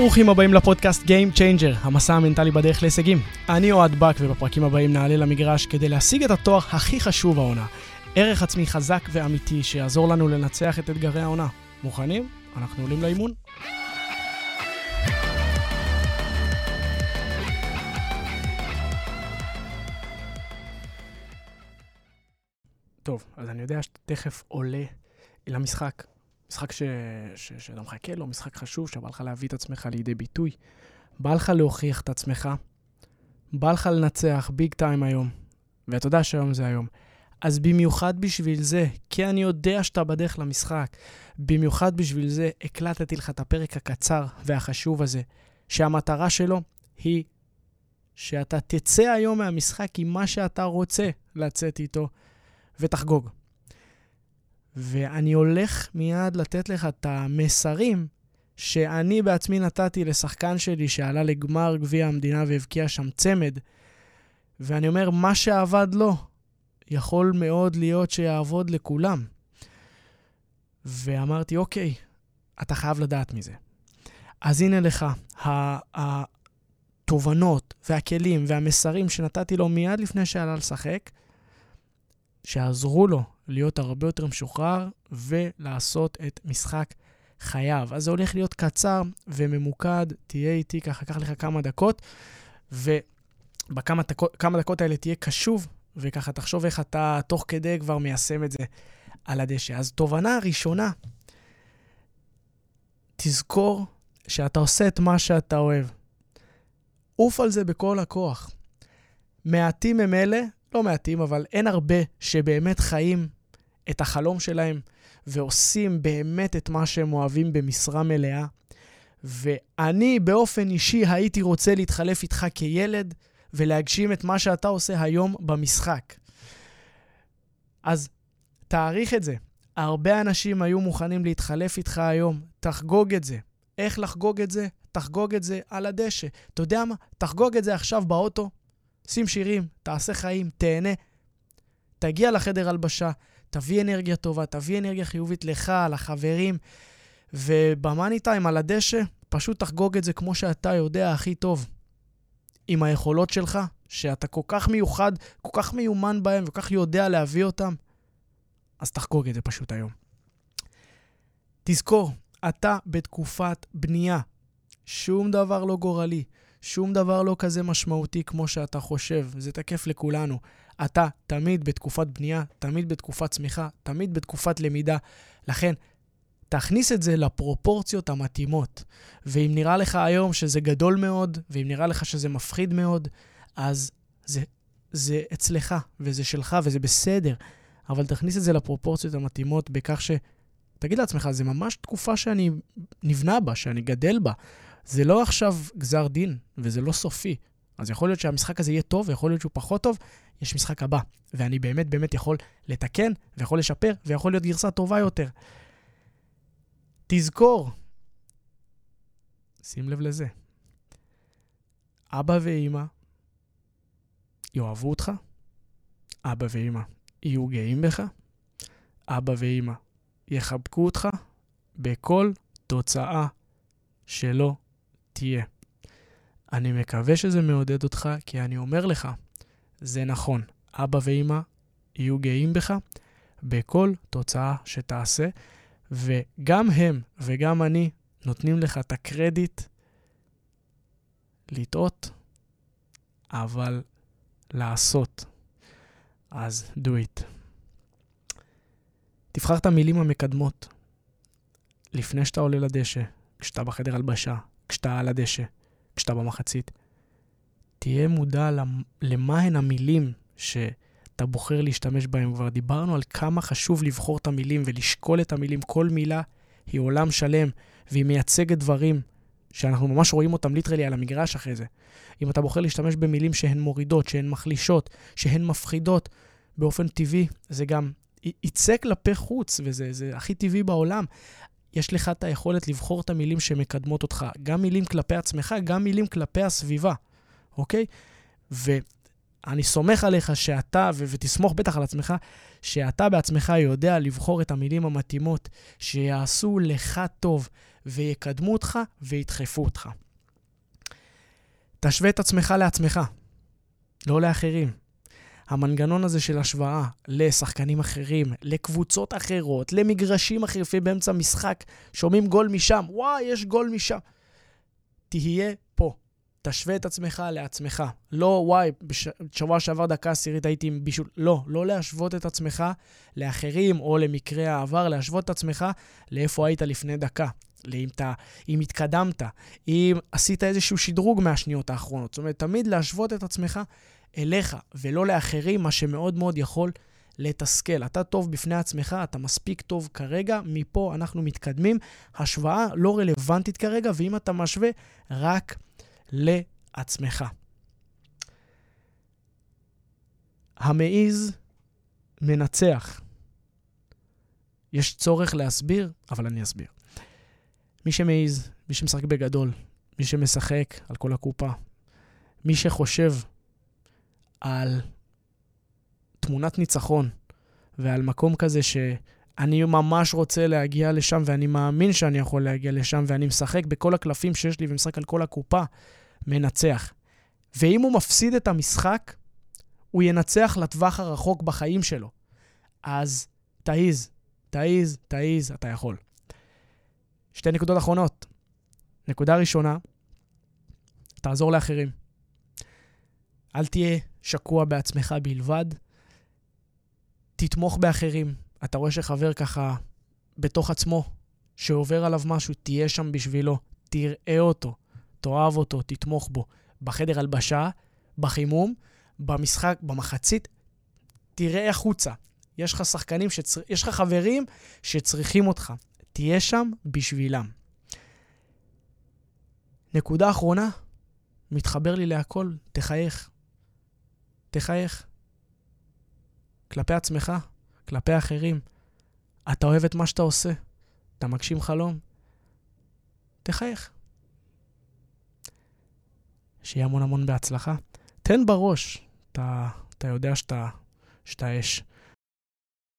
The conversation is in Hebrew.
ברוכים הבאים לפודקאסט Game Changer, המסע המנטלי בדרך להישגים. אני אוהד בק, ובפרקים הבאים נעלה למגרש כדי להשיג את התואר הכי חשוב העונה. ערך עצמי חזק ואמיתי שיעזור לנו לנצח את אתגרי העונה. מוכנים? אנחנו עולים לאימון. טוב, אז אני יודע שאתה תכף עולה למשחק. משחק שאתה מחכה לו, משחק חשוב, שבא לך להביא את עצמך לידי ביטוי. בא לך להוכיח את עצמך. בא לך לנצח ביג טיים היום. ואתה יודע שהיום זה היום. אז במיוחד בשביל זה, כי אני יודע שאתה בדרך למשחק, במיוחד בשביל זה הקלטתי לך את הפרק הקצר והחשוב הזה, שהמטרה שלו היא שאתה תצא היום מהמשחק עם מה שאתה רוצה לצאת איתו ותחגוג. ואני הולך מיד לתת לך את המסרים שאני בעצמי נתתי לשחקן שלי שעלה לגמר גביע המדינה והבקיע שם צמד. ואני אומר, מה שעבד לו יכול מאוד להיות שיעבוד לכולם. ואמרתי, אוקיי, אתה חייב לדעת מזה. אז הנה לך, התובנות והכלים והמסרים שנתתי לו מיד לפני שעלה לשחק, שעזרו לו להיות הרבה יותר משוחרר ולעשות את משחק חייו. אז זה הולך להיות קצר וממוקד, תהיה איתי ככה, קח לך כמה דקות, ובכמה דקות האלה תהיה קשוב, וככה תחשוב איך אתה תוך כדי כבר מיישם את זה על הדשא. אז תובנה הראשונה, תזכור שאתה עושה את מה שאתה אוהב. עוף על זה בכל הכוח. מעטים הם אלה, לא מעטים, אבל אין הרבה שבאמת חיים את החלום שלהם ועושים באמת את מה שהם אוהבים במשרה מלאה. ואני באופן אישי הייתי רוצה להתחלף איתך כילד ולהגשים את מה שאתה עושה היום במשחק. אז תעריך את זה. הרבה אנשים היו מוכנים להתחלף איתך היום. תחגוג את זה. איך לחגוג את זה? תחגוג את זה על הדשא. אתה יודע מה? תחגוג את זה עכשיו באוטו. שים שירים, תעשה חיים, תהנה. תגיע לחדר הלבשה, תביא אנרגיה טובה, תביא אנרגיה חיובית לך, לחברים. ובמאני טיים על הדשא, פשוט תחגוג את זה כמו שאתה יודע הכי טוב. עם היכולות שלך, שאתה כל כך מיוחד, כל כך מיומן בהם, וכל כך יודע להביא אותם. אז תחגוג את זה פשוט היום. תזכור, אתה בתקופת בנייה. שום דבר לא גורלי. שום דבר לא כזה משמעותי כמו שאתה חושב. זה תקף לכולנו. אתה תמיד בתקופת בנייה, תמיד בתקופת צמיחה, תמיד בתקופת למידה. לכן, תכניס את זה לפרופורציות המתאימות. ואם נראה לך היום שזה גדול מאוד, ואם נראה לך שזה מפחיד מאוד, אז זה אצלך, וזה שלך, וזה בסדר. אבל תכניס את זה לפרופורציות המתאימות בכך תגיד לעצמך, זה ממש תקופה שאני נבנה בה, שאני גדל בה. זה לא עכשיו גזר דין, וזה לא סופי. אז יכול להיות שהמשחק הזה יהיה טוב, ויכול להיות שהוא פחות טוב, יש משחק הבא. ואני באמת יכול לתקן, ויכול לשפר, ויכול להיות גרסה טובה יותר. תזכור, שים לב לזה. אבא ואמא יאהבו אותך, אבא ואמא יהיו גאים בך, אבא ואמא יחבקו אותך בכל תוצאה שלא תהיה. אני מקווה שזה מעודד אותך, כי אני אומר לך, זה נכון. אבא ואמא יהיו גאים בך בכל תוצאה שתעשה, וגם הם וגם אני נותנים לך את הקרדיט לטעות, אבל לעשות. אז do it. תבחר את המילים המקדמות לפני שאתה עולה לדשא, כשאתה בחדר הלבשה, כשאתה על הדשא, כשאתה במחצית. תהיה מודע למה הן המילים שאתה בוחר להשתמש בהם. כבר דיברנו על כמה חשוב לבחור את המילים ולשקול את המילים. כל מילה היא עולם שלם, והיא מייצגת דברים שאנחנו ממש רואים אותם ליטרלי על המגרש אחרי זה. אם אתה בוחר להשתמש במילים שהן מורידות, שהן מחלישות, שהן מפחידות, באופן טבעי, זה גם יצא כלפי חוץ, וזה הכי טבעי בעולם. יש לך את היכולת לבחור את המילים שמקדמות אותך. גם מילים כלפי עצמך, גם מילים כלפי הסביבה. אוקיי? אני סומך עליך שאתה, ותסמוך בטח על עצמך, שאתה בעצמך יודע לבחור את המילים המתאימות, שיעשו לך טוב, ויקדמו אותך, וידחפו אותך. תשווה את עצמך לעצמך, לא לאחרים. המנגנון הזה של השוואה לשחקנים אחרים, לקבוצות אחרות, למגרשים אחרים, באמצע משחק, שומעים גול משם, וואי, יש גול משם. תהיה פה. תשווה את עצמך לעצמך. לא, וואי, בשבוע שעבר דקה עשירית הייתי עם בישול. לא להשוות את עצמך לאחרים, או למקרה העבר, להשוות את עצמך לאיפה היית לפני דקה. אם התקדמת, אם עשית איזשהו שדרוג מהשניות האחרונות. זאת אומרת, תמיד להשוות את עצמך אליך, ולא לאחרים, מה שמאוד מאוד יכול לתסכל. אתה טוב בפני עצמך, אתה מספיק טוב כרגע, מפה אנחנו מתקדמים. השוואה לא רלוונטית כרגע, ואם אתה משווה, רק לעצמך. המעיז מנצח. יש צורך להסביר, אבל אני אסביר. מי שמעיז, מי שמשחק בגדול, מי שמשחק על כל הקופה, מי שחושב על תמונת ניצחון, ועל מקום כזה שאני ממש רוצה להגיע לשם, ואני מאמין שאני יכול להגיע לשם, ואני משחק בכל הקלפים שיש לי, ומשחק על כל הקופה, מנצח. ואם הוא מפסיד את המשחק, הוא ינצח לטווח הרחוק בחיים שלו. אז תעיז, אתה יכול. 2 נקודות אחרונות. נקודה ראשונה, תעזור לאחרים. אל תהיה שקוע בעצמך בלבד. תתמוך באחרים. אתה רואה שחבר ככה בתוך עצמו, שעובר עליו משהו, תהיה שם בשבילו. תראה אותו, תאהב אותו, תתמוך בו. בחדר הלבשה, בחימום, במשחק, במחצית, תראה החוצה. יש לך שחקנים, יש לך חברים שצריכים אותך. תהיה שם בשבילם. נקודה אחרונה, מתחבר לי להכל, תחייך. כלפי עצמך, כלפי אחרים. אתה אוהב את מה שאתה עושה. אתה מגשים חלום. תחייך. שיהיה המון בהצלחה. תן בראש. אתה יודע שאתה אש.